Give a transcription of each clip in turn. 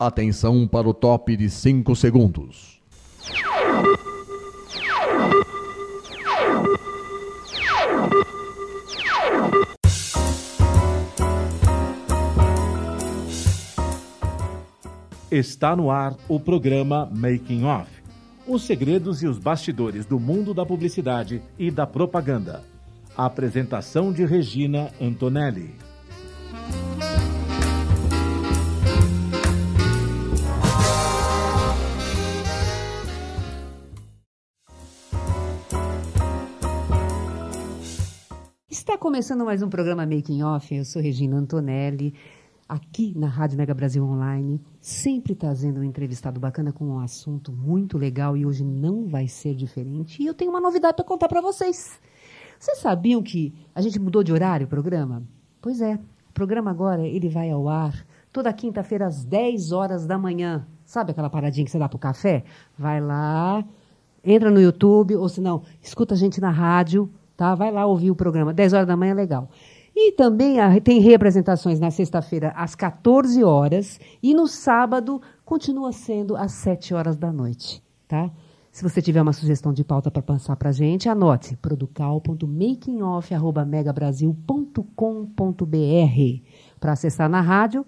Atenção para o top de 5 segundos. Está no ar o programa Making Off. Os segredos e os bastidores do mundo da publicidade e da propaganda. A apresentação de Regina Antonelli. Está começando mais um programa Making Off. Eu sou Regina Antonelli, aqui na Rádio Mega Brasil Online, sempre trazendo um entrevistado bacana com um assunto muito legal e hoje não vai ser diferente. E eu tenho uma novidade para contar para vocês. Vocês sabiam que a gente mudou de horário o programa? Pois é, o programa agora ele vai ao ar toda quinta-feira às 10 horas da manhã. Sabe aquela paradinha que você dá para o café? Vai lá, entra no YouTube, ou se não, escuta a gente na rádio, tá? Vai lá ouvir o programa, 10 horas da manhã é legal. E também tem representações na sexta-feira às 14 horas e no sábado continua sendo às 7 horas da noite, tá? Se você tiver uma sugestão de pauta para passar para a gente, anote producal.makingoff@megabrasil.com.br. Para acessar na rádio,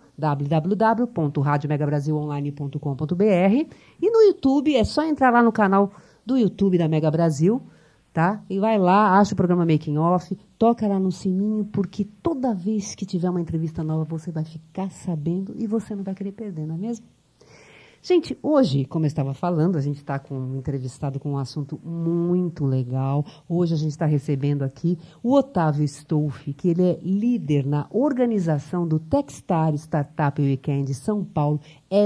www.radiomegabrasilonline.com.br. E no YouTube, é só entrar lá no canal do YouTube da Mega Brasil, tá? E vai lá, acha o programa Making Off, toca lá no sininho, porque toda vez que tiver uma entrevista nova, você vai ficar sabendo e você não vai querer perder, não é mesmo? Gente, hoje, como eu estava falando, a gente está com um entrevistado com um assunto muito legal. Hoje a gente está recebendo aqui o Otávio Stolfi, que ele é líder na organização do Techstar Startup Weekend São Paulo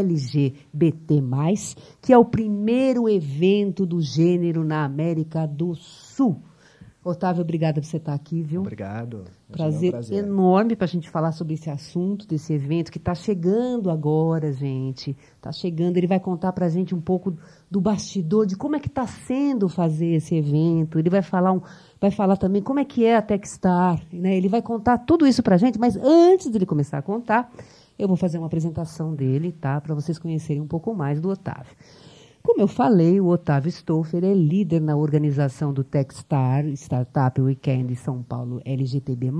LGBT+, que é o primeiro evento do gênero na América do Sul. Otávio, obrigada por você estar aqui, viu? Obrigado. Prazer enorme para a gente falar sobre esse assunto, desse evento que está chegando agora, gente. Está chegando, ele vai contar para a gente um pouco do bastidor, de como é que está sendo fazer esse evento. Ele vai falar também como é que é a Techstar, né? Ele vai contar tudo isso para a gente, mas antes dele começar a contar, eu vou fazer uma apresentação dele, tá? Para vocês conhecerem um pouco mais do Otávio. Como eu falei, o Otávio Stolfi é líder na organização do Techstar Startup Weekend São Paulo LGTB+.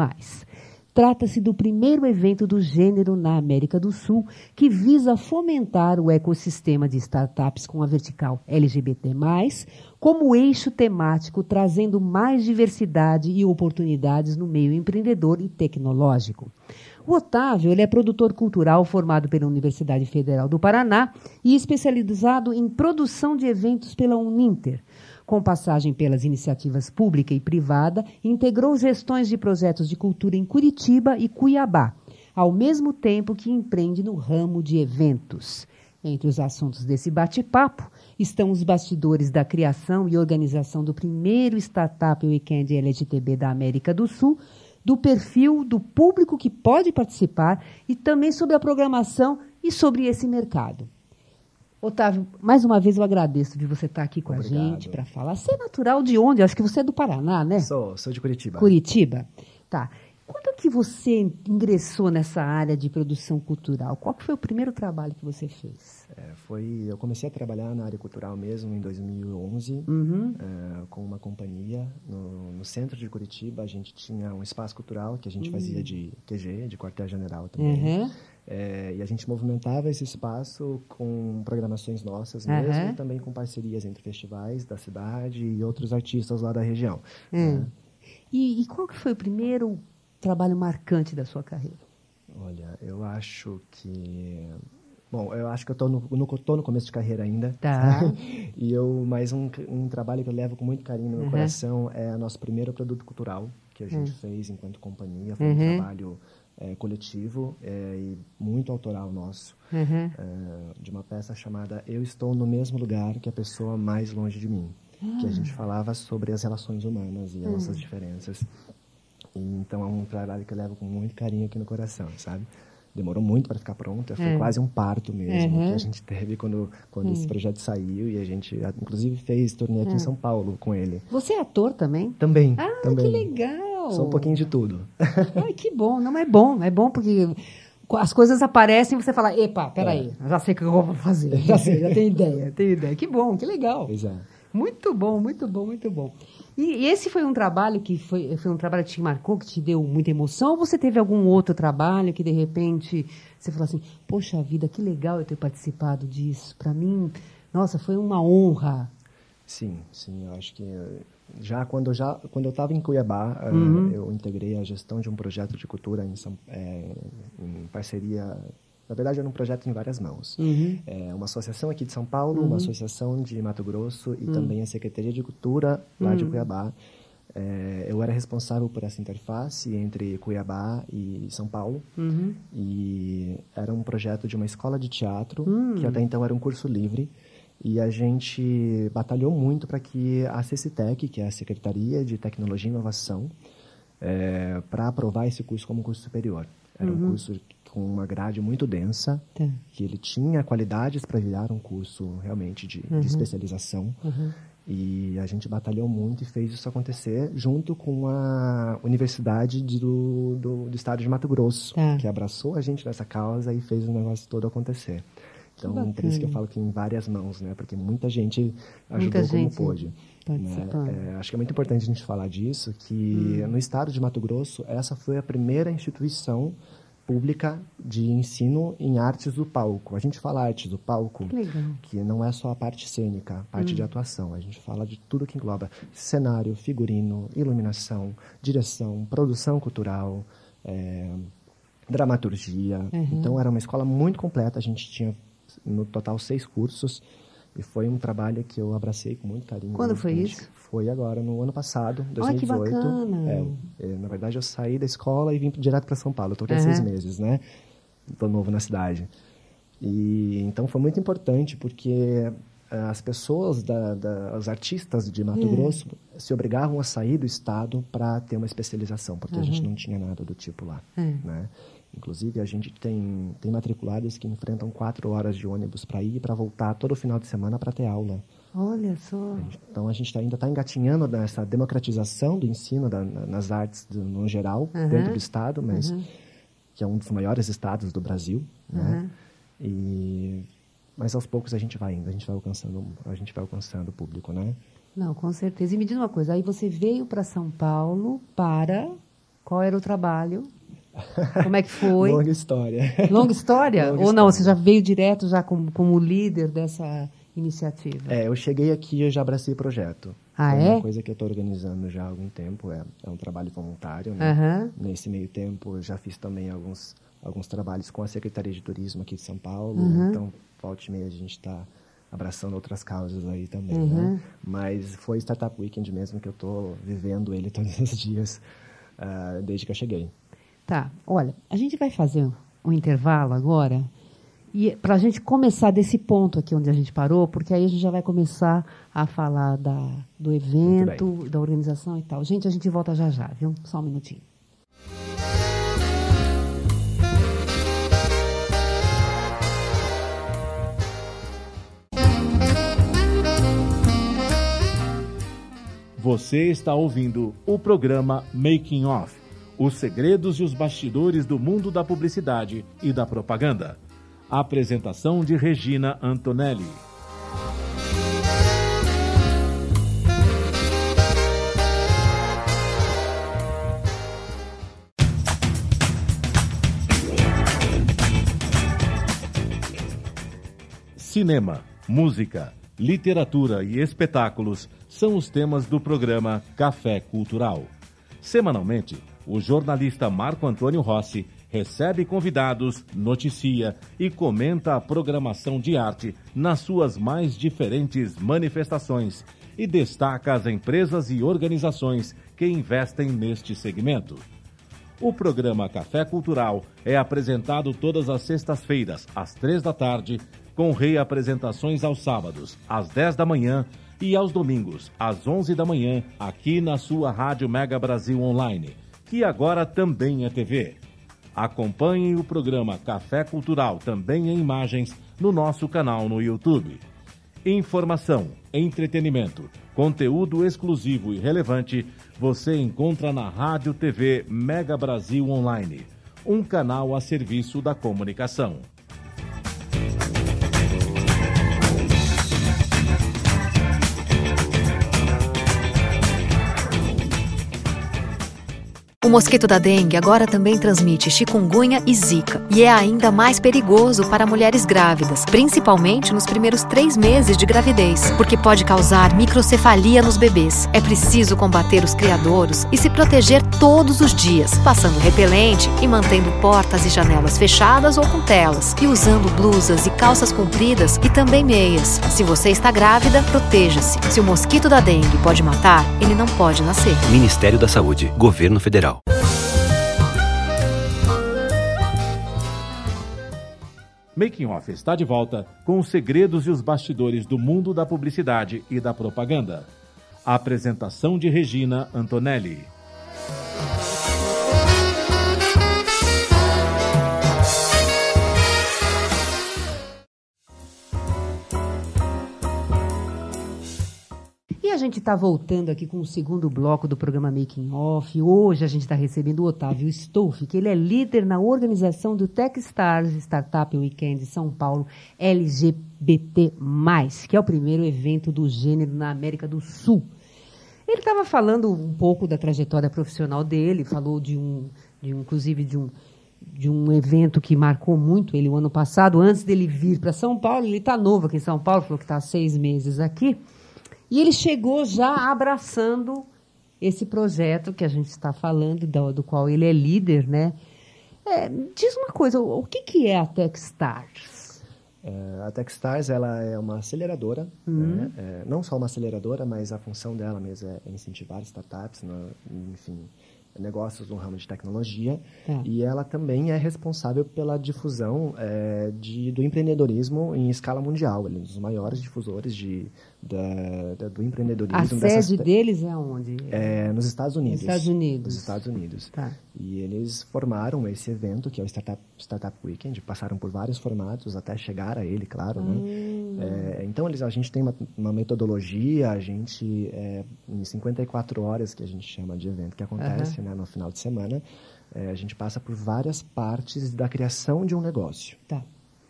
Trata-se do primeiro evento do gênero na América do Sul que visa fomentar o ecossistema de startups com a vertical LGBT+, como eixo temático, trazendo mais diversidade e oportunidades no meio empreendedor e tecnológico. O Otávio ele é produtor cultural formado pela Universidade Federal do Paraná e especializado em produção de eventos pela Uninter. Com passagem pelas iniciativas pública e privada, integrou gestões de projetos de cultura em Curitiba e Cuiabá, ao mesmo tempo que empreende no ramo de eventos. Entre os assuntos desse bate-papo estão os bastidores da criação e organização do primeiro Startup Weekend LGTB da América do Sul, do perfil do público que pode participar e também sobre a programação e sobre esse mercado. Otávio, mais uma vez eu agradeço de você estar aqui com a gente para falar. Você é natural de onde? Eu acho que você é do Paraná, né? Sou de Curitiba. Curitiba? Tá. Quando que você ingressou nessa área de produção cultural? Qual que foi o primeiro trabalho que você fez? Eu comecei a trabalhar na área cultural mesmo em 2011, com uma companhia no centro de Curitiba. A gente tinha um espaço cultural que a gente fazia de QG, de quartel-general também. E a gente movimentava esse espaço com programações nossas mesmo, e também com parcerias entre festivais da cidade e outros artistas lá da região. E qual que foi o primeiro trabalho marcante da sua carreira? Olha, eu acho que... Bom, eu acho que eu tô no começo de carreira ainda. Tá. Mas um trabalho que eu levo com muito carinho no meu coração é o nosso primeiro produto cultural que a gente fez enquanto companhia. Foi um trabalho coletivo e muito autoral nosso, de uma peça chamada Eu Estou no Mesmo Lugar que a Pessoa Mais Longe de Mim, que a gente falava sobre as relações humanas e as nossas diferenças. Então é um trabalho que eu levo com muito carinho aqui no coração, sabe? Demorou muito para ficar pronto, foi quase um parto mesmo que a gente teve quando esse projeto saiu, e a gente inclusive fez turnê aqui em São Paulo com ele. Você é ator também? Também. Também. Que legal! Sou um pouquinho de tudo. Ai, que bom, não é bom porque as coisas aparecem e você fala, epa, peraí, já sei o que eu vou fazer, já tenho ideia. Que bom, que legal. Pois é. Muito bom. E esse foi um trabalho foi um trabalho que te marcou, que te deu muita emoção, ou você teve algum outro trabalho que, de repente, você falou assim, poxa vida, que legal eu ter participado disso. Para mim, nossa, foi uma honra. Sim, eu acho que quando eu estava em Cuiabá, eu integrei a gestão de um projeto de cultura em parceria. Na verdade, era um projeto em várias mãos. Uma associação aqui de São Paulo, uma associação de Mato Grosso e também a Secretaria de Cultura lá de Cuiabá. Eu era responsável por essa interface entre Cuiabá e São Paulo. E era um projeto de uma escola de teatro, que até então era um curso livre. E a gente batalhou muito para que a CCTEC, que é a Secretaria de Tecnologia e Inovação, para aprovar esse curso como curso superior. Era um curso com uma grade muito densa, que ele tinha qualidades para virar um curso realmente de especialização. E a gente batalhou muito e fez isso acontecer junto com a Universidade do Estado de Mato Grosso, que abraçou a gente nessa causa e fez o negócio todo acontecer. Então, por isso que eu falo que em várias mãos, né? Porque muita gente ajudou como pôde. Né? Acho que é muito importante a gente falar disso, que no estado de Mato Grosso, essa foi a primeira instituição pública de ensino em artes do palco. A gente fala artes do palco, que não é só a parte cênica, a parte de atuação. A gente fala de tudo que engloba cenário, figurino, iluminação, direção, produção cultural, dramaturgia. Então, era uma escola muito completa. A gente tinha, no total, 6 cursos. E foi um trabalho que eu abracei com muito carinho. Quando foi isso? Foi agora, no ano passado, 2018. Olha, que bacana! Na verdade, eu saí da escola e vim direto para São Paulo. Eu estou aqui há 6 meses, né? Estou novo na cidade. E então foi muito importante, porque as pessoas, os artistas de Mato Grosso, se obrigavam a sair do estado para ter uma especialização, porque a gente não tinha nada do tipo lá, né? Inclusive, a gente tem matriculados que enfrentam 4 horas de ônibus para ir e para voltar todo final de semana para ter aula. Olha só. Então, a gente ainda está engatinhando nessa democratização do ensino nas artes no geral, dentro do estado, mas que é um dos maiores estados do Brasil, né? Mas aos poucos a gente vai indo, a gente vai alcançando o público, né? Não, com certeza. E me diz uma coisa, aí você veio para São Paulo qual era o trabalho? Como é que foi? Longa história. Longa história? Ou não, você já veio direto já como líder dessa iniciativa? Eu cheguei aqui e já abracei o projeto. É uma coisa que eu estou organizando já há algum tempo, é um trabalho voluntário, né? Nesse meio tempo, eu já fiz também alguns trabalhos com a Secretaria de Turismo aqui de São Paulo, então, volta e meia, a gente está abraçando outras causas aí também, né? Mas foi Startup Weekend mesmo que eu estou vivendo ele todos os dias, desde que eu cheguei. Tá, olha, a gente vai fazer um intervalo agora, e para a gente começar desse ponto aqui onde a gente parou, porque aí a gente já vai começar a falar do evento, da organização e tal. Gente, a gente volta já, viu? Só um minutinho. Você está ouvindo o programa Making Off, os segredos e os bastidores do mundo da publicidade e da propaganda. A apresentação de Regina Antonelli. Cinema, música, literatura e espetáculos são os temas do programa Café Cultural. Semanalmente, o jornalista Marco Antônio Rossi recebe convidados, noticia e comenta a programação de arte nas suas mais diferentes manifestações e destaca as empresas e organizações que investem neste segmento. O programa Café Cultural é apresentado todas as sextas-feiras, às 15h, com reapresentações aos sábados, às 10 da manhã e aos domingos, às 11 da manhã, aqui na sua Rádio Mega Brasil Online, que agora também é TV. Acompanhem o programa Café Cultural, também em imagens, no nosso canal no YouTube. Informação, entretenimento, conteúdo exclusivo e relevante, você encontra na Rádio TV Mega Brasil Online. um canal a serviço da comunicação. O mosquito da dengue agora também transmite chikungunya e zika e é ainda mais perigoso para mulheres grávidas, principalmente nos primeiros 3 meses de gravidez, porque pode causar microcefalia nos bebês. É preciso combater os criadouros e se proteger todos os dias, passando repelente e mantendo portas e janelas fechadas ou com telas, e usando blusas e calças compridas e também meias. Se você está grávida, proteja-se. Se o mosquito da dengue pode matar, ele não pode nascer. Ministério da Saúde, Governo Federal. Making Off está de volta com os segredos e os bastidores do mundo da publicidade e da propaganda. A apresentação de Regina Antonelli. E a gente está voltando aqui com o segundo bloco do programa Making Off. Hoje a gente está recebendo o Otávio Stolfi, que ele é líder na organização do Techstars Startup Weekend São Paulo LGBT+, que é o primeiro evento do gênero na América do Sul. Ele estava falando um pouco da trajetória profissional dele, falou inclusive de um evento que marcou muito ele o ano passado, antes dele vir para São Paulo. Ele está novo aqui em São Paulo, falou que está há 6 meses aqui. E ele chegou já abraçando esse projeto que a gente está falando, do qual ele é líder, né? Diz uma coisa, o que é a Techstars? A Techstars, ela é uma aceleradora, né? Não só uma aceleradora, mas a função dela mesmo é incentivar startups, né? Enfim, negócios no ramo de tecnologia, e ela também é responsável pela difusão do empreendedorismo em escala mundial. Ele é um dos maiores difusores do empreendedorismo. A sede deles é onde? Nos Estados Unidos. Nos Estados Unidos. Nos Estados Unidos. Tá. E eles formaram esse evento, que é o Startup Weekend, passaram por vários formatos até chegar a ele, claro. Né? Então, a gente tem uma metodologia, em 54 horas, que a gente chama de evento, que acontece né, no final de semana, a gente passa por várias partes da criação de um negócio. Tá.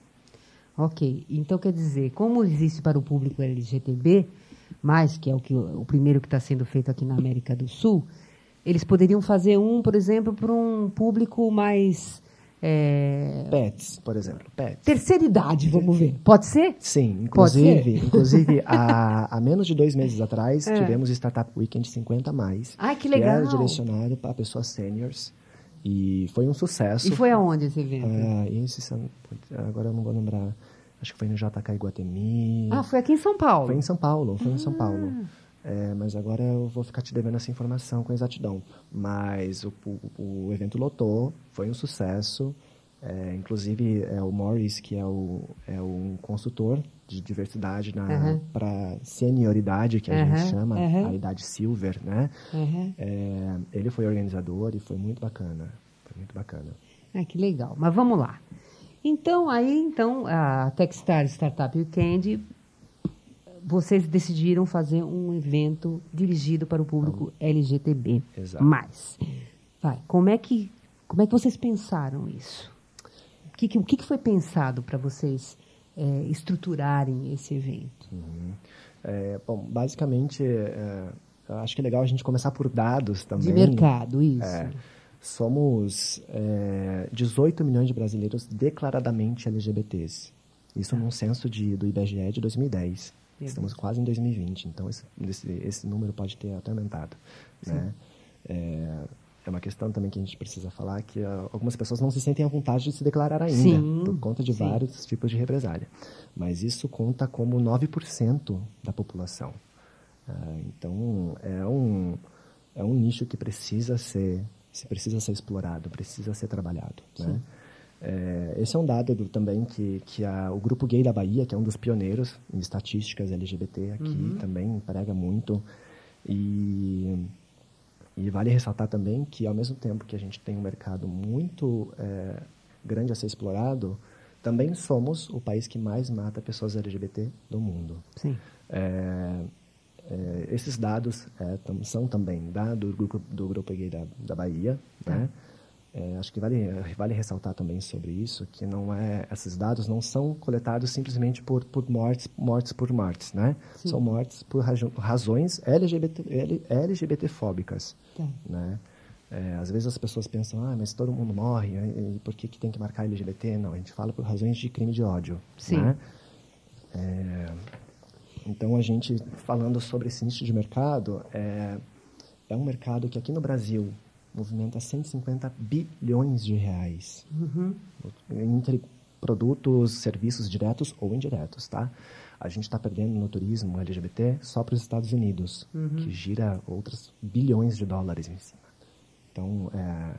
Ok. Então, quer dizer, como existe para o público LGTB+, que é o primeiro que está sendo feito aqui na América do Sul, eles poderiam fazer por exemplo, para um público mais... Pets, por exemplo. Pets. Terceira idade, vamos ver. Pode ser? Sim. Inclusive há menos de 2 meses atrás, tivemos o Startup Weekend 50+. Ai, que legal. Que era direcionado para pessoas seniors. E foi um sucesso. E foi aonde esse evento? Agora eu não vou lembrar. Acho que foi no JK Iguatemi. Foi aqui em São Paulo? Foi em São Paulo, mas agora eu vou ficar te devendo essa informação com exatidão. Mas o evento lotou, foi um sucesso. Inclusive, o Morris, que é um consultor de diversidade para senioridade, que a gente chama, a idade silver, né? Ele foi organizador e foi muito bacana. Que legal. Mas vamos lá. Então, a Techstars Startup Weekend, vocês decidiram fazer um evento dirigido para o público LGTB+. Exato. Como é que vocês pensaram isso? O que foi pensado para vocês estruturarem esse evento? Bom, basicamente, eu acho que é legal a gente começar por dados também. De mercado, isso. Somos 18 milhões de brasileiros declaradamente LGBTs. Isso num censo do IBGE de 2010. Estamos quase em 2020, então esse número pode ter até aumentado. Né? É uma questão também que a gente precisa falar, que algumas pessoas não se sentem à vontade de se declarar ainda, por conta de vários tipos de represália. Mas isso conta como 9% da população. Então, é um nicho que precisa ser explorado, precisa ser trabalhado. Né? Esse é um dado também que o Grupo Gay da Bahia, que é um dos pioneiros em estatísticas LGBT aqui, também emprega muito. E vale ressaltar também que, ao mesmo tempo que a gente tem um mercado muito grande a ser explorado, também somos o país que mais mata pessoas LGBT do mundo. Sim. Esses dados são também do Grupo Gay da Bahia, né? Acho que vale ressaltar também sobre isso, que esses dados não são coletados simplesmente por mortes, né? Sim. São mortes por razões LGBTfóbicas, né? Às vezes as pessoas pensam, mas todo mundo morre, e por que tem que marcar LGBT? Não, a gente fala por razões de crime de ódio, Sim. né? Então, a gente, falando sobre esse nicho de mercado, é um mercado que aqui no Brasil movimenta 150 bilhões de reais entre produtos, serviços diretos ou indiretos, tá? A gente está perdendo no turismo LGBT só para os Estados Unidos, que gira outros bilhões de dólares em cima. Então,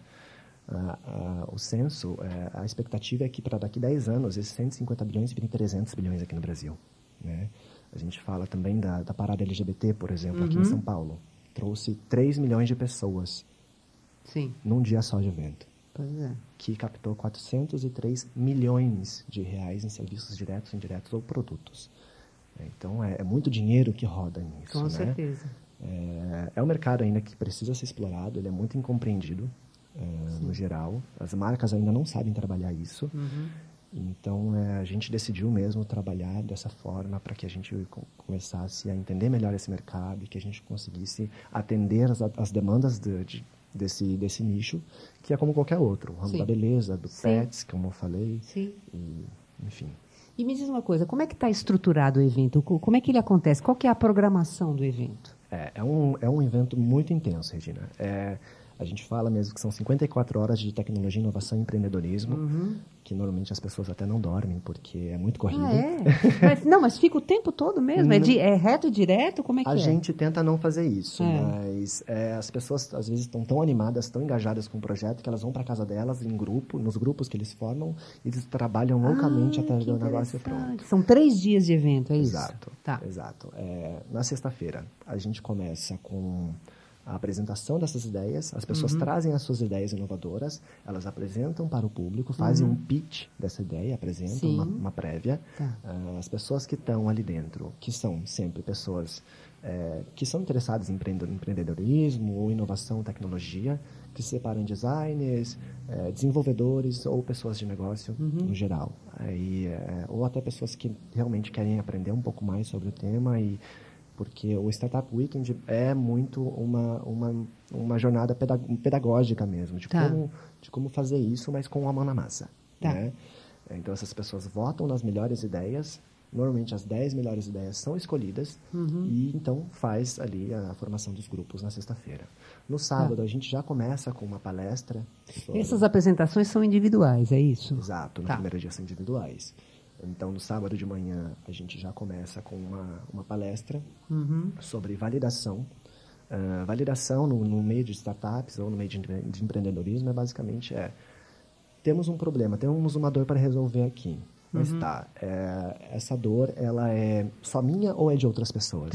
o censo, a expectativa é que para daqui a 10 anos, esses 150 bilhões virem 300 bilhões aqui no Brasil, né? A gente fala também da parada LGBT, por exemplo, aqui em São Paulo. Trouxe 3 milhões de pessoas. Sim. Num dia só de evento. Pois é. Que captou 403 milhões de reais em serviços diretos, indiretos ou produtos. Então, é muito dinheiro que roda nisso. Com né? certeza. É um mercado ainda que precisa ser explorado, ele é muito incompreendido, no geral. As marcas ainda não sabem trabalhar isso. Então, a gente decidiu mesmo trabalhar dessa forma para que a gente começasse a entender melhor esse mercado e que a gente conseguisse atender as demandas desse nicho, que é como qualquer outro. O ramo da beleza, do pets, como eu falei. Sim. Enfim. E me diz uma coisa, como é que está estruturado o evento? Como é que ele acontece? Qual que é a programação do evento? É um evento muito intenso, Regina. A gente fala mesmo que são 54 horas de tecnologia, inovação e empreendedorismo, que normalmente as pessoas até não dormem, porque é muito corrido. Mas fica o tempo todo mesmo? É reto e direto? Como é que A gente tenta não fazer isso, mas as pessoas às vezes estão tão animadas, tão engajadas com o projeto, que elas vão para casa delas, nos grupos que eles formam, e eles trabalham loucamente até o negócio pronto. São 3 dias de evento, é isso? Exato. Na sexta-feira, a gente começa com a apresentação dessas ideias, as pessoas trazem as suas ideias inovadoras, elas apresentam para o público, fazem um pitch dessa ideia, apresentam uma prévia. As pessoas que estão ali dentro, que são sempre pessoas que são interessadas em empreendedorismo ou inovação, tecnologia, que se separam em designers, desenvolvedores ou pessoas de negócio no geral. Ou até pessoas que realmente querem aprender um pouco mais sobre o tema porque o Startup Weekend é muito uma jornada pedagógica mesmo, de como fazer isso, mas com a mão na massa. Né? Então, essas pessoas votam nas melhores ideias, normalmente as 10 melhores ideias são escolhidas, e então faz ali a formação dos grupos na sexta-feira. No sábado, a gente já começa com uma palestra. Essas apresentações são individuais, é isso? Exato, no primeiro dia são individuais. Então, no sábado de manhã, a gente já começa com uma palestra sobre validação. Validação no meio de startups ou no meio de empreendedorismo basicamente temos um problema, temos uma dor para resolver aqui. Mas essa dor, ela é só minha ou é de outras pessoas?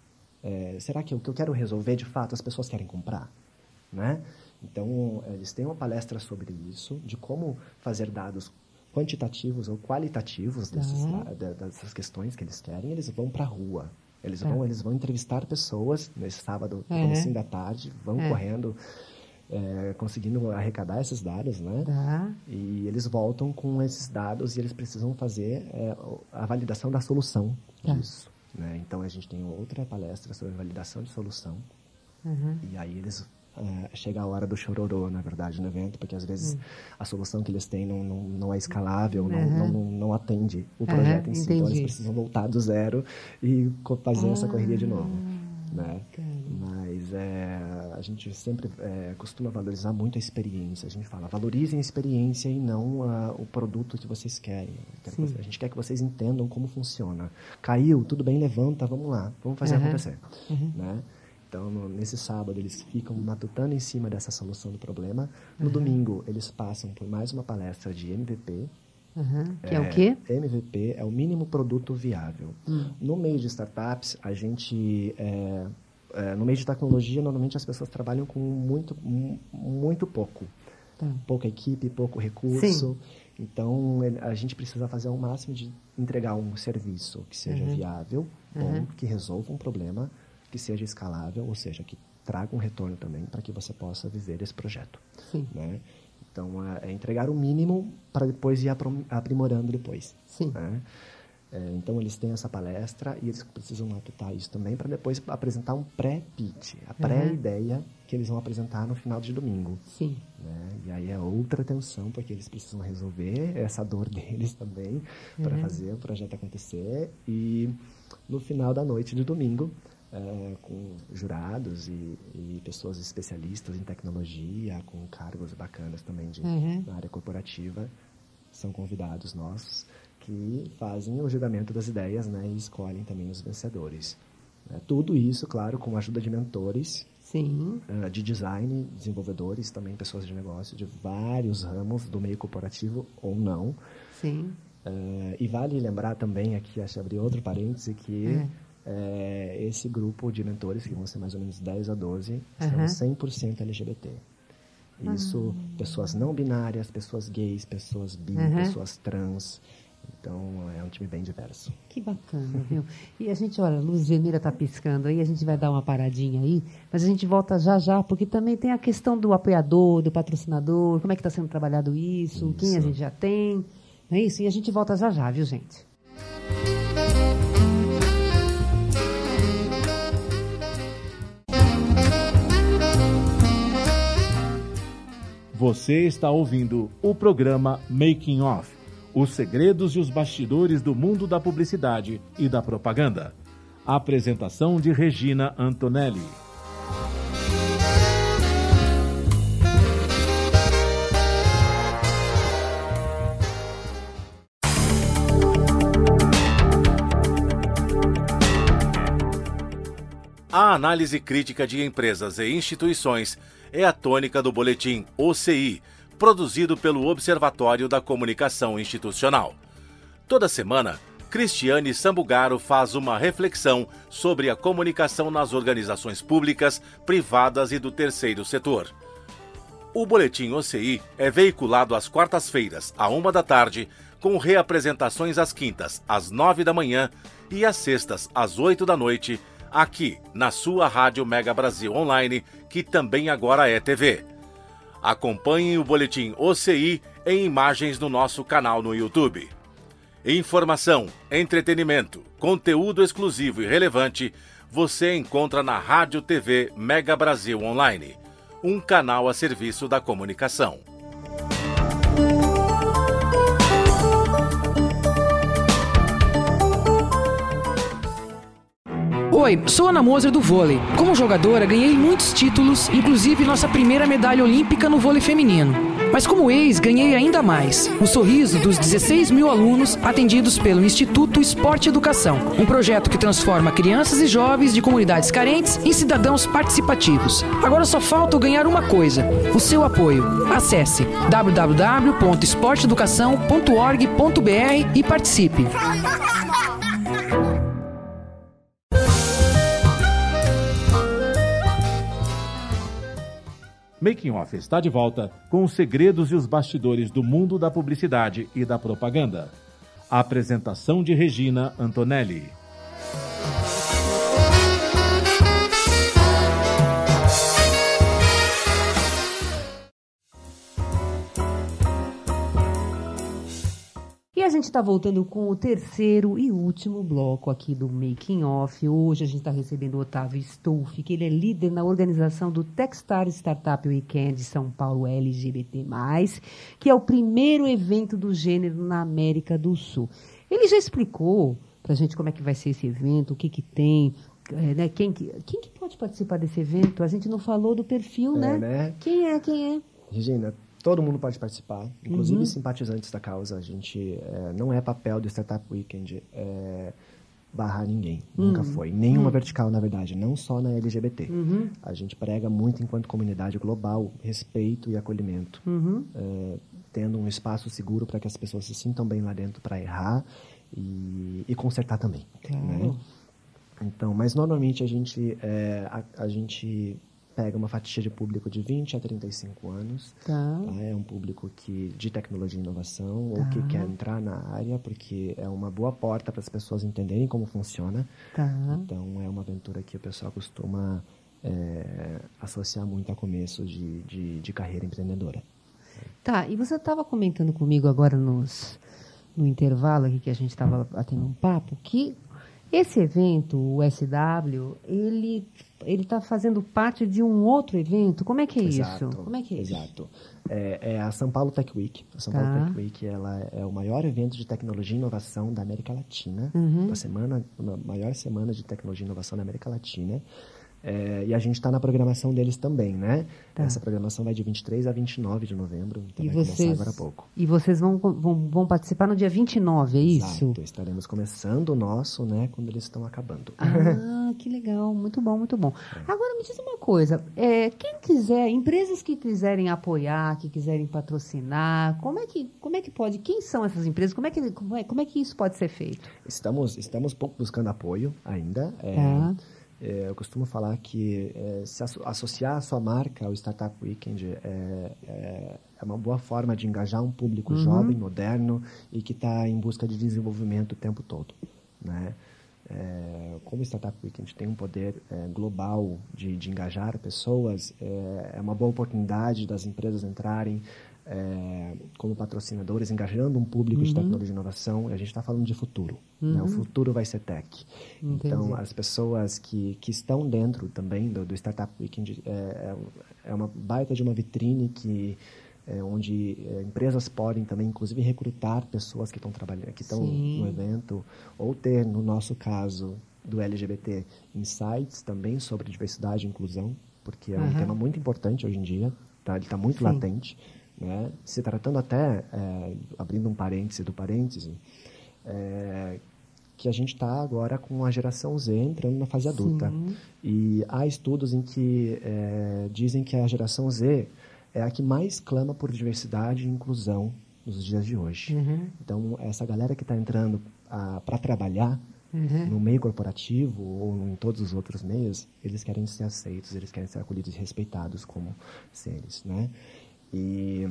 Será que o que eu quero resolver, de fato, as pessoas querem comprar? Né? Então, eles têm uma palestra sobre isso, de como fazer dados quantitativos ou qualitativos dessas questões que eles querem. Eles vão para a rua. Eles vão entrevistar pessoas nesse sábado, no comecinho da tarde, vão correndo, conseguindo arrecadar esses dados, né? E eles voltam com esses dados e eles precisam fazer a validação da solução disso. Né? Então, a gente tem outra palestra sobre validação de solução. E aí eles... chega a hora do chororô, na verdade, no evento, porque às vezes a solução que eles têm não é escalável, não atende o projeto em si. Então, eles precisam voltar do zero e fazer essa correria de novo. Né? Mas a gente sempre costuma valorizar muito a experiência. A gente fala, valorizem a experiência e não o produto que vocês querem. A gente quer que vocês entendam como funciona. Caiu, tudo bem, levanta, vamos lá, vamos fazer acontecer. Né? Então, nesse sábado, eles ficam matutando em cima dessa solução do problema. No domingo, eles passam por mais uma palestra de MVP. Que é o quê? MVP é o mínimo produto viável. No meio de startups, a gente... no meio de tecnologia, normalmente as pessoas trabalham com muito pouco. Pouca equipe, pouco recurso. Então, a gente precisa fazer o máximo de entregar um serviço que seja viável, bom, que resolva um problema, que seja escalável, ou seja, que traga um retorno também para que você possa viver esse projeto. Né? Então, é entregar o mínimo para depois ir aprimorando depois. Sim. Né? Então, eles têm essa palestra e eles precisam adaptar isso também para depois apresentar um pré-pitch, a pré-ideia que eles vão apresentar no final de domingo. Sim. Né? E aí é outra tensão, porque eles precisam resolver essa dor deles também para fazer o projeto acontecer. E no final da noite de domingo, com jurados e pessoas especialistas em tecnologia, com cargos bacanas também na área corporativa, são convidados nós que fazem o julgamento das ideias, né, e escolhem também os vencedores. Tudo isso, claro, com a ajuda de mentores, Sim. De design, desenvolvedores, também pessoas de negócio de vários ramos do meio corporativo ou não. Sim. E vale lembrar também, aqui, acho que abrir outro parêntese, que esse grupo de mentores, que vão ser mais ou menos 10 a 12, são 100% LGBT. Isso, pessoas não binárias, pessoas gays, pessoas bi, pessoas trans. Então, é um time bem diverso. Que bacana, viu? E a gente, olha, a luz vermelha está piscando aí, a gente vai dar uma paradinha aí, mas a gente volta já, porque também tem a questão do apoiador, do patrocinador, como é que está sendo trabalhado isso, quem a gente já tem, não é isso? E a gente volta já, viu, gente? Você está ouvindo o programa Making Off, os segredos e os bastidores do mundo da publicidade e da propaganda. A apresentação de Regina Antonelli. A análise crítica de empresas e instituições é a tônica do boletim OCI, produzido pelo Observatório da Comunicação Institucional. Toda semana, Cristiane Sambugaro faz uma reflexão sobre a comunicação nas organizações públicas, privadas e do terceiro setor. O boletim OCI é veiculado às quartas-feiras, à 13h, com reapresentações às quintas, às 9h, e às sextas, às 20h, aqui na sua Rádio Mega Brasil Online, que também agora é TV. Acompanhe o boletim OCI em imagens no nosso canal no YouTube. Informação, entretenimento, conteúdo exclusivo e relevante você encontra na Rádio TV Mega Brasil Online, um canal a serviço da comunicação. Oi, sou Ana Moser do vôlei. Como jogadora, ganhei muitos títulos, inclusive nossa primeira medalha olímpica no vôlei feminino. Mas como ex, ganhei ainda mais: o sorriso dos 16 mil alunos atendidos pelo Instituto Esporte Educação, um projeto que transforma crianças e jovens de comunidades carentes em cidadãos participativos. Agora só falta eu ganhar uma coisa: o seu apoio. Acesse www.esporteeducação.org.br e participe. Making Off está de volta com os segredos e os bastidores do mundo da publicidade e da propaganda. A apresentação de Regina Antonelli. E a gente está voltando com o terceiro e último bloco aqui do Making Off. Hoje a gente está recebendo o Otávio Stolfi, que ele é líder na organização do Techstars Startup Weekend São Paulo LGBT+, que é o primeiro evento do gênero na América do Sul. Ele já explicou para a gente como é que vai ser esse evento, o que tem, né? Quem que pode participar desse evento? A gente não falou do perfil, né? Quem é? Regina, todo mundo pode participar, inclusive simpatizantes da causa. A gente não é papel do Startup Weekend barrar ninguém, nunca foi. Nenhuma vertical, na verdade, não só na LGBT. A gente prega muito, enquanto comunidade global, respeito e acolhimento, tendo um espaço seguro para que as pessoas se sintam bem lá dentro para errar e consertar também. Claro. Né? Então, mas normalmente a gente pega uma fatia de público de 20 a 35 anos. Tá. É um público de tecnologia e inovação, ou que quer entrar na área, porque é uma boa porta para as pessoas entenderem como funciona. Então, é uma aventura que o pessoal costuma associar muito a começo de carreira empreendedora. Tá, e você estava comentando comigo agora no intervalo aqui que a gente estava batendo um papo, que esse evento, o SW, ele está fazendo parte de um outro evento. Como é que é isso? Como é que é Exato. É a São Paulo Tech Week. A São Paulo Tech Week ela é o maior evento de tecnologia e inovação da América Latina. A maior semana de tecnologia e inovação da América Latina. E a gente está na programação deles também, né? Tá. Essa programação vai de 23 a 29 de novembro, então vai começar agora há pouco. E vocês vão participar no dia 29, é isso? Exato, estaremos começando o nosso, né, quando eles estão acabando. Ah, que legal, muito bom, muito bom. Agora me diz uma coisa, quem quiser, empresas que quiserem apoiar, que quiserem patrocinar, como é que pode, quem são essas empresas, como é que isso pode ser feito? Estamos buscando apoio ainda, eu costumo falar que se associar a sua marca ao Startup Weekend é uma boa forma de engajar um público jovem, moderno e que está em busca de desenvolvimento o tempo todo, né? Como o Startup Weekend tem um poder global de engajar pessoas, é uma boa oportunidade das empresas entrarem como patrocinadores, engajando um público de tecnologia e inovação. A gente está falando de futuro. Né? O futuro vai ser tech. Entendi. Então, as pessoas que estão dentro também do Startup Weekend é uma baita de uma vitrine onde empresas podem também, inclusive, recrutar pessoas que estão trabalhando, que estão no evento, ou ter, no nosso caso, do LGBT Insights também sobre diversidade e inclusão, porque é um tema muito importante hoje em dia, tá? Ele está muito latente. Né? Se tratando até, abrindo um parêntese do parêntese, que a gente está agora com a geração Z entrando na fase adulta. E há estudos em que dizem que a geração Z é a que mais clama por diversidade e inclusão nos dias de hoje. Então, essa galera que está entrando para trabalhar no meio corporativo ou em todos os outros meios, eles querem ser aceitos, eles querem ser acolhidos e respeitados como seres, né? E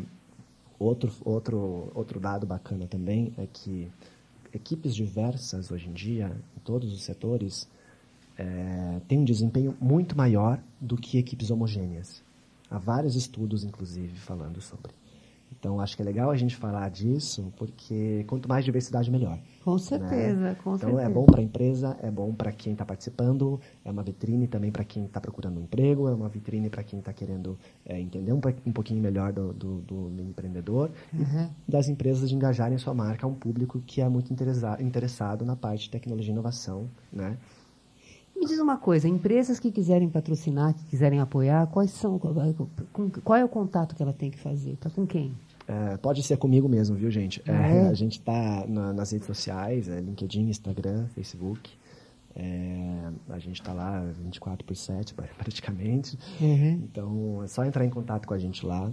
outro dado bacana também é que equipes diversas hoje em dia, em todos os setores, têm um desempenho muito maior do que equipes homogêneas. Há vários estudos, inclusive, falando sobre. Então, acho que é legal a gente falar disso, porque quanto mais diversidade, melhor. Com certeza, né? com então, certeza. É bom para a empresa, é bom para quem está participando, é uma vitrine também para quem está procurando um emprego, é uma vitrine para quem está querendo entender um pouquinho melhor do empreendedor e das empresas de engajarem a sua marca a um público que é muito interessado na parte de tecnologia e inovação, né? Me diz uma coisa, empresas que quiserem patrocinar, que quiserem apoiar, qual é o contato que ela tem que fazer? Está com quem? Pode ser comigo mesmo, viu, gente? A gente está nas redes sociais, LinkedIn, Instagram, Facebook. A gente está lá 24/7, praticamente. Então, é só entrar em contato com a gente lá.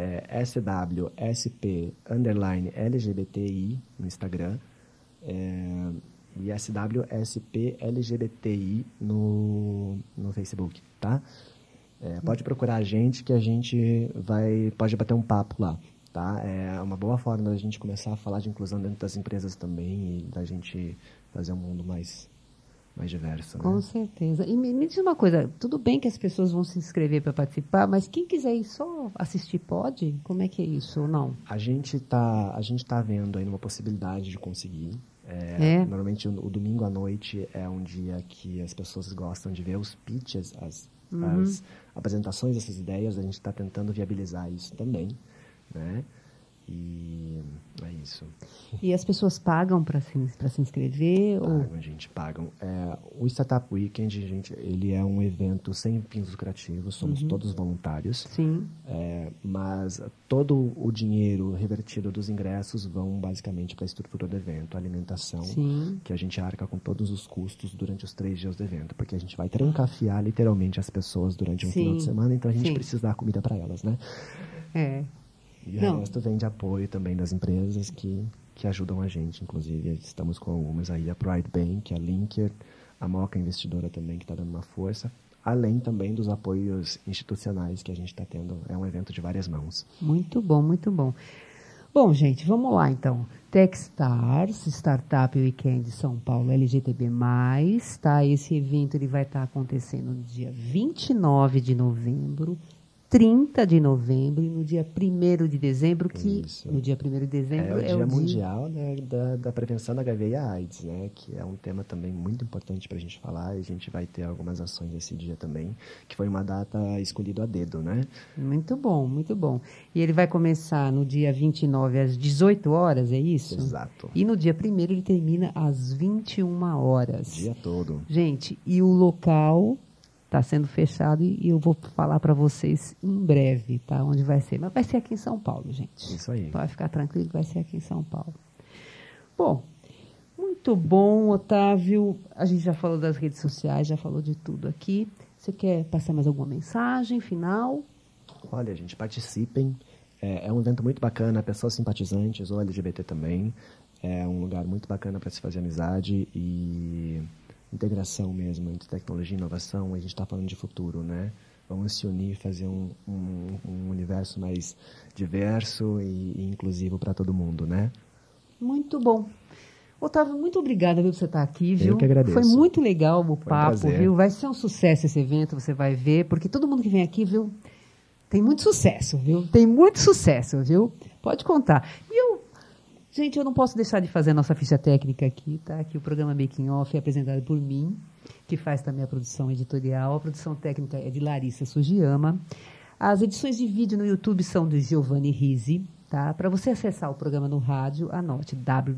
SWSP_LGBTI no Instagram. E SWSP_LGBTI no Facebook, tá? Pode procurar a gente que a gente pode bater um papo lá, tá? É uma boa forma da gente começar a falar de inclusão dentro das empresas também e da gente fazer um mundo mais diverso, né? Com certeza. E me diz uma coisa, tudo bem que as pessoas vão se inscrever para participar, mas quem quiser ir só assistir pode? Como é que é isso ou não? A gente tá vendo aí uma possibilidade de conseguir. Normalmente o domingo à noite é um dia que as pessoas gostam de ver os pitches, as apresentações dessas ideias. A gente está tentando viabilizar isso também, né? E é isso. E as pessoas pagam para se inscrever? Pagam. O Startup Weekend, gente, ele é um evento sem fins lucrativos, somos todos voluntários. Sim. Mas todo o dinheiro revertido dos ingressos vão basicamente para a estrutura do evento, a alimentação, que a gente arca com todos os custos durante os 3 dias do evento, porque a gente vai trancafiar literalmente as pessoas durante um final de semana, então a gente precisa dar comida para elas, né? E o resto vem de apoio também das empresas que ajudam a gente. Inclusive, estamos com algumas aí, a Pride Bank, a Linker, a Moca Investidora também, que está dando uma força. Além também dos apoios institucionais que a gente está tendo. É um evento de várias mãos. Muito bom, muito bom. Bom, gente, vamos lá então. Techstars, Startup Weekend São Paulo LGTB+, tá? Esse evento ele vai estar acontecendo no dia 29 de novembro, 30 de novembro e no dia 1º de dezembro, que Isso. no dia 1º de dezembro é o Dia Mundial da Prevenção da HIV e AIDS, né? Que é um tema também muito importante para a gente falar, e a gente vai ter algumas ações esse dia também, que foi uma data escolhida a dedo, né? Muito bom, muito bom. E ele vai começar no dia 29 às 18 horas, é isso? Exato. E no dia 1º ele termina às 21 horas. O dia todo. Gente, e o local está sendo fechado e eu vou falar para vocês em breve, tá? Onde vai ser. Mas vai ser aqui em São Paulo, gente. Isso aí. Pode ficar tranquilo, vai ser aqui em São Paulo. Bom, muito bom, Otávio. A gente já falou das redes sociais, já falou de tudo aqui. Você quer passar mais alguma mensagem final? Olha, gente, participem. É um evento muito bacana, pessoas simpatizantes, ou LGBT também. É um lugar muito bacana para se fazer amizade e integração mesmo entre tecnologia e inovação. A gente está falando de futuro, né? Vamos se unir, fazer um universo mais diverso e inclusivo para todo mundo, né? Muito bom. Otávio, muito obrigada por você estar aqui, viu? Eu que agradeço. Foi muito legal o Foi um papo, prazer. viu? Vai ser um sucesso esse evento, você vai ver, porque todo mundo que vem aqui, viu? Tem muito sucesso, viu? Tem muito sucesso, viu? Pode contar. Gente, eu não posso deixar de fazer a nossa ficha técnica aqui, tá? Aqui o programa Making Off é apresentado por mim, que faz também a produção editorial. A produção técnica é de Larissa Sugiyama. As edições de vídeo no YouTube são de Giovanni Risi, tá? Para você acessar o programa no rádio, anote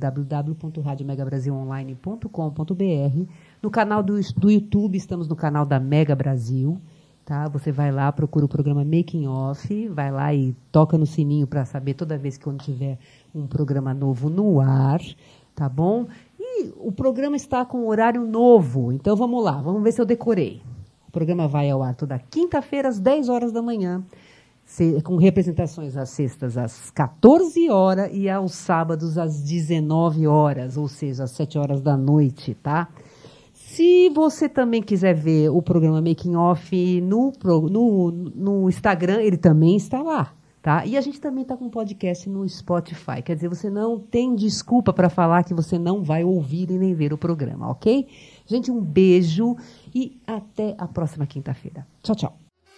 www.radiomegabrasilonline.com.br. No canal do YouTube, estamos no canal da Mega Brasil. Tá? Você vai lá, procura o programa Making Off, vai lá e toca no sininho para saber toda vez que quando tiver um programa novo no ar, tá bom? E o programa está com horário novo, então vamos lá, vamos ver se eu decorei. O programa vai ao ar toda quinta-feira às 10 horas da manhã, com representações às sextas às 14 horas e aos sábados às 19 horas, ou seja, às 7 horas da noite, tá? Se você também quiser ver o programa Making Off no Instagram, ele também está lá, tá? E a gente também está com um podcast no Spotify. Quer dizer, você não tem desculpa para falar que você não vai ouvir e nem ver o programa, ok? Gente, um beijo e até a próxima quinta-feira. Tchau, tchau.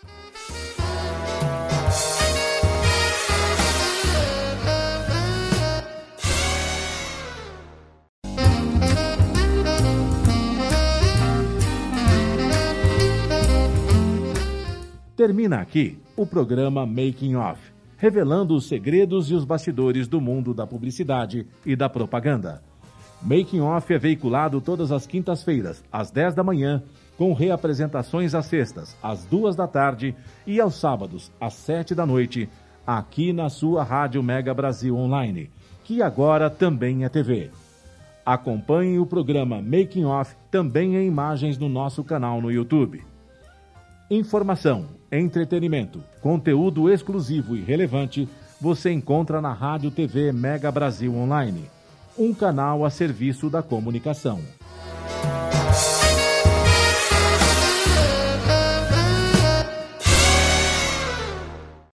Termina aqui o programa Making Off, revelando os segredos e os bastidores do mundo da publicidade e da propaganda. Making Off é veiculado todas as quintas-feiras, às 10 da manhã, com reapresentações às sextas, às 2 da tarde e aos sábados, às 7 da noite, aqui na sua Rádio Mega Brasil Online, que agora também é TV. Acompanhe o programa Making Off também em imagens no nosso canal no YouTube. Informação, entretenimento, conteúdo exclusivo e relevante você encontra na Rádio TV Mega Brasil Online, um canal a serviço da comunicação.